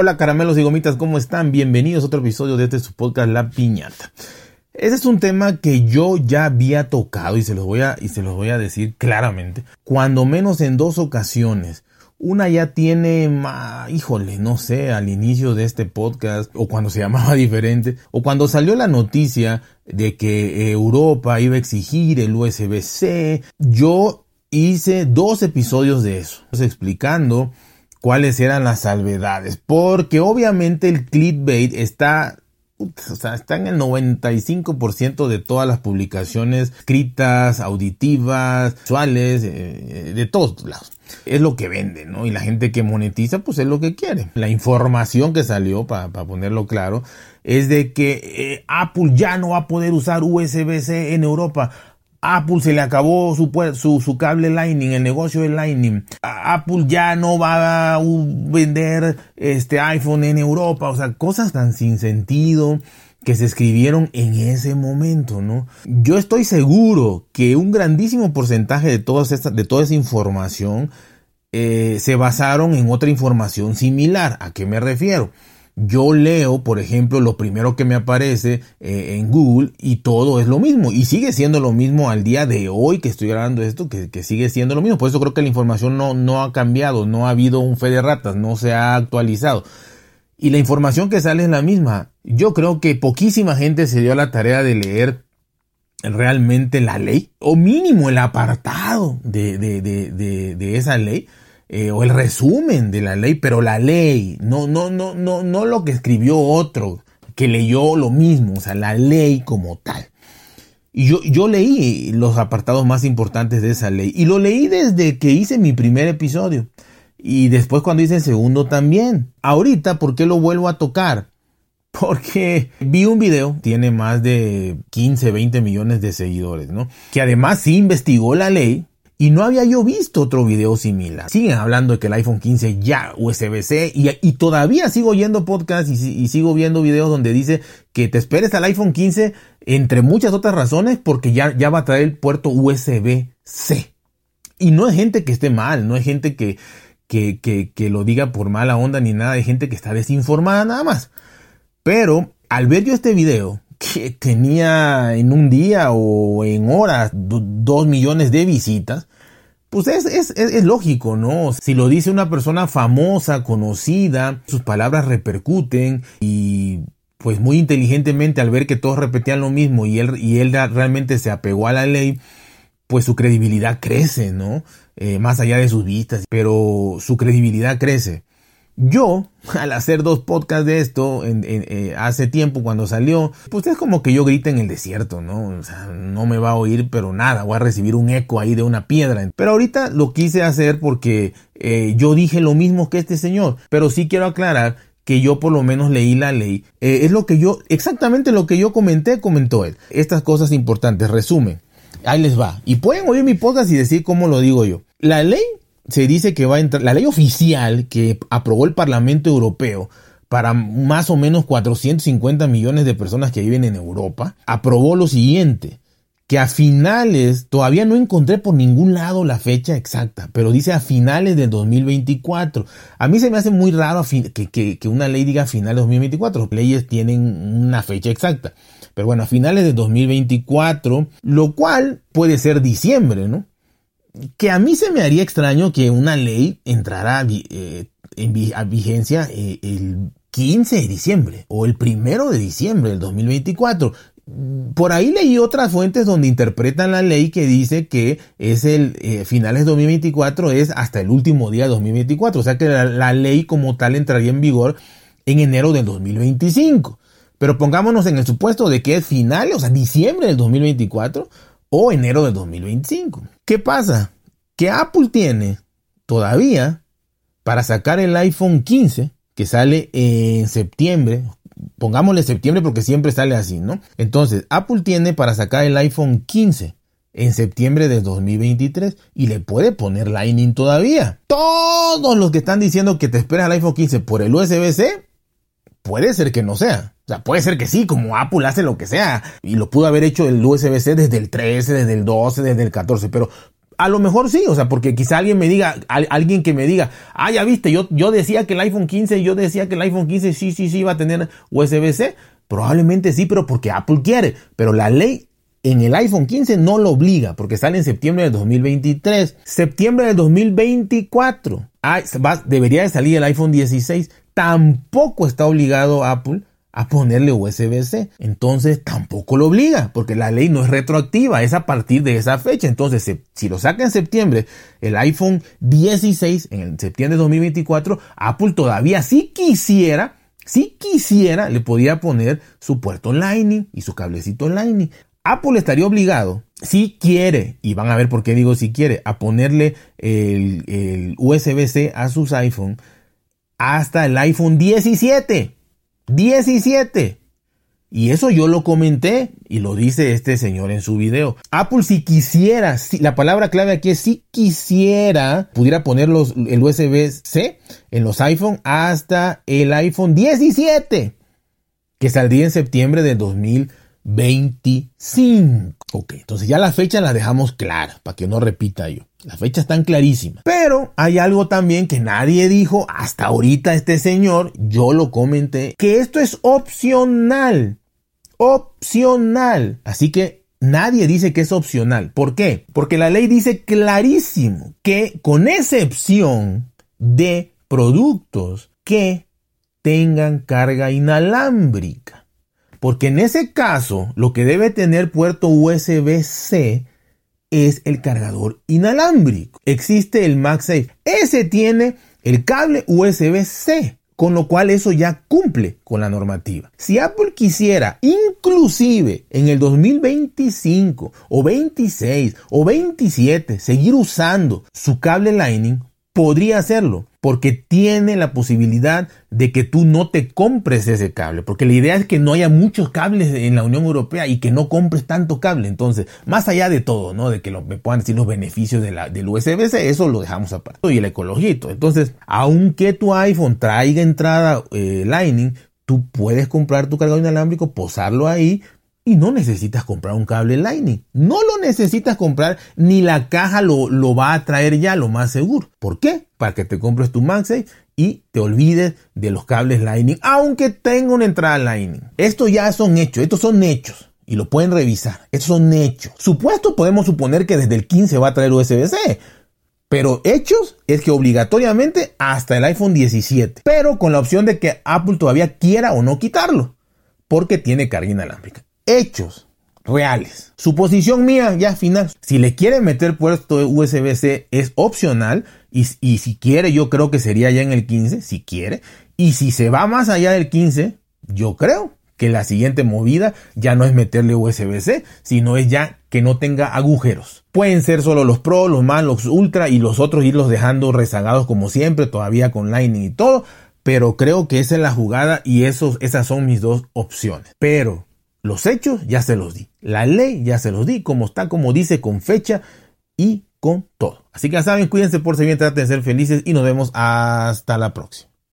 Hola caramelos y gomitas, ¿cómo están? Bienvenidos a otro episodio de su podcast La Piñata. Ese es un tema que yo ya había tocado y se los voy a decir claramente. Cuando menos en 2 ocasiones. Una ya tiene, no sé, al inicio de este podcast, o cuando se llamaba diferente, o cuando salió la noticia de que Europa iba a exigir el USB-C. Yo hice 2 episodios de eso, explicando cuáles eran las salvedades, porque obviamente el clickbait está en el 95% de todas las publicaciones escritas, auditivas, visuales, de todos lados. Es lo que vende, ¿no? Y la gente que monetiza, pues es lo que quiere. La información que salió, para ponerlo claro, es de que Apple ya no va a poder usar USB-C en Europa. Apple se le acabó su cable Lightning, el negocio de Lightning. Apple ya no va a vender iPhone en Europa. O sea, cosas tan sin sentido que se escribieron en ese momento, ¿no? Yo estoy seguro que un grandísimo porcentaje de toda esa información se basaron en otra información similar. ¿A qué me refiero? Yo leo, por ejemplo, lo primero que me aparece en Google y todo es lo mismo. Y sigue siendo lo mismo al día de hoy que estoy grabando esto, que sigue siendo lo mismo. Por eso creo que la información no ha cambiado, no ha habido un fe de ratas, no se ha actualizado. Y la información que sale es la misma. Yo creo que poquísima gente se dio a la tarea de leer realmente la ley, o mínimo el apartado de esa ley. O el resumen de la ley, pero la ley, no lo que escribió otro, que leyó lo mismo, o sea, la ley como tal. Y yo leí los apartados más importantes de esa ley, y lo leí desde que hice mi primer episodio, y después cuando hice el segundo también. Ahorita, ¿por qué lo vuelvo a tocar? Porque vi un video, tiene más de 15, 20 millones de seguidores, ¿no? Que además sí investigó la ley. Y no había yo visto otro video similar. Siguen hablando de que el iPhone 15 ya USB-C y todavía sigo oyendo podcasts y sigo viendo videos donde dice que te esperes al iPhone 15 entre muchas otras razones porque ya va a traer el puerto USB-C. Y no es gente que esté mal, no es gente que lo diga por mala onda ni nada, hay gente que está desinformada nada más. Pero al ver yo este video, que tenía en un día o en horas 2 millones de visitas, pues es lógico, ¿no? Si lo dice una persona famosa, conocida, sus palabras repercuten y pues muy inteligentemente al ver que todos repetían lo mismo y él realmente se apegó a la ley, pues su credibilidad crece, ¿no? Más allá de sus vistas, pero su credibilidad crece. Yo, al hacer 2 podcasts de esto, hace tiempo cuando salió, pues es como que yo grite en el desierto, ¿no? O sea, no me va a oír, pero nada, voy a recibir un eco ahí de una piedra. Pero ahorita lo quise hacer porque yo dije lo mismo que este señor, pero sí quiero aclarar que yo por lo menos leí la ley. Es exactamente lo que yo comentó él. Estas cosas importantes, resumen, ahí les va. Y pueden oír mi podcast y decir cómo lo digo yo. La ley se dice que va a entrar, la ley oficial que aprobó el Parlamento Europeo para más o menos 450 millones de personas que viven en Europa, aprobó lo siguiente, que a finales, todavía no encontré por ningún lado la fecha exacta, pero dice a finales del 2024. A mí se me hace muy raro que una ley diga a finales de 2024, las leyes tienen una fecha exacta, pero bueno, a finales de 2024, lo cual puede ser diciembre, ¿no? Que a mí se me haría extraño que una ley entrara a vigencia el 15 de diciembre o el 1 de diciembre del 2024. Por ahí leí otras fuentes donde interpretan la ley que dice que es finales de 2024 es hasta el último día de 2024. O sea que la ley como tal entraría en vigor en enero del 2025. Pero pongámonos en el supuesto de que es finales, o sea, diciembre del 2024 o enero del 2025. ¿Qué pasa? Que Apple tiene todavía para sacar el iPhone 15, que sale en septiembre, pongámosle septiembre porque siempre sale así, ¿no? Entonces, Apple tiene para sacar el iPhone 15 en septiembre de 2023 y le puede poner Lightning todavía. Todos los que están diciendo que te esperas al iPhone 15 por el USB-C, puede ser que no sea. O sea, puede ser que sí, como Apple hace lo que sea. Y lo pudo haber hecho el USB-C desde el 13, desde el 12, desde el 14. Pero A lo mejor sí, o sea, porque quizá alguien que me diga, ya viste, yo decía que el iPhone 15 sí iba a tener USB-C. Probablemente sí, pero porque Apple quiere. Pero la ley en el iPhone 15 no lo obliga, porque sale en septiembre del 2023. Septiembre del 2024. Debería de salir el iPhone 16. Tampoco está obligado Apple a ponerle USB-C. Entonces tampoco lo obliga, porque la ley no es retroactiva, es a partir de esa fecha. Entonces, si lo saca en septiembre, el iPhone 16, en el septiembre de 2024, Apple todavía si quisiera, le podía poner su puerto Lightning y su cablecito Lightning. Apple estaría obligado, si quiere, y van a ver por qué digo si quiere, a ponerle el USB-C a sus iPhone hasta el iPhone 17. Y eso yo lo comenté y lo dice este señor en su video. Apple si quisiera, la palabra clave aquí es si quisiera, pudiera poner el USB-C en los iPhone hasta el iPhone 17, que saldría en septiembre de 2025. Ok, entonces ya las fechas las dejamos claras para que no repita yo. Las fechas están clarísimas. Pero hay algo también que nadie dijo hasta ahorita este señor, yo lo comenté, que esto es opcional. Opcional. Así que nadie dice que es opcional. ¿Por qué? Porque la ley dice clarísimo que con excepción de productos que tengan carga inalámbrica. Porque en ese caso, lo que debe tener puerto USB-C es el cargador inalámbrico. Existe el MagSafe. Ese tiene el cable USB-C, con lo cual eso ya cumple con la normativa. Si Apple quisiera, inclusive en el 2025 o 26 o 27, seguir usando su cable Lightning, podría hacerlo, porque tiene la posibilidad de que tú no te compres ese cable, porque la idea es que no haya muchos cables en la Unión Europea y que no compres tanto cable. Entonces, más allá de todo, ¿no? De que me puedan decir los beneficios del USB-C, eso lo dejamos aparte. Y la ecología y todo. Entonces, aunque tu iPhone traiga entrada Lightning, tú puedes comprar tu cargador inalámbrico, posarlo ahí, y no necesitas comprar un cable Lightning. No lo necesitas comprar, ni la caja lo va a traer ya, lo más seguro. ¿Por qué? Para que te compres tu MagSafe y te olvides de los cables Lightning, aunque tenga una entrada Lightning. Estos ya son hechos, estos son hechos. Y lo pueden revisar. Estos son hechos. Supuesto, podemos suponer que desde el 15 va a traer USB-C. Pero hechos es que obligatoriamente hasta el iPhone 17. Pero con la opción de que Apple todavía quiera o no quitarlo, porque tiene carga inalámbrica. Hechos reales. Suposición mía ya final. Si le quieren meter puerto USB-C es opcional y si quiere yo creo que sería ya en el 15, si quiere. Y si se va más allá del 15, yo creo que la siguiente movida ya no es meterle USB-C, sino es ya que no tenga agujeros. Pueden ser solo los Pro, los Max, los Ultra y los otros irlos dejando rezagados como siempre, todavía con Lightning y todo. Pero creo que esa es la jugada y esas son mis dos opciones. Pero los hechos ya se los di. La ley ya se los di, como está, como dice, con fecha y con todo. Así que ya saben, cuídense, por si bien, traten de ser felices y nos vemos hasta la próxima.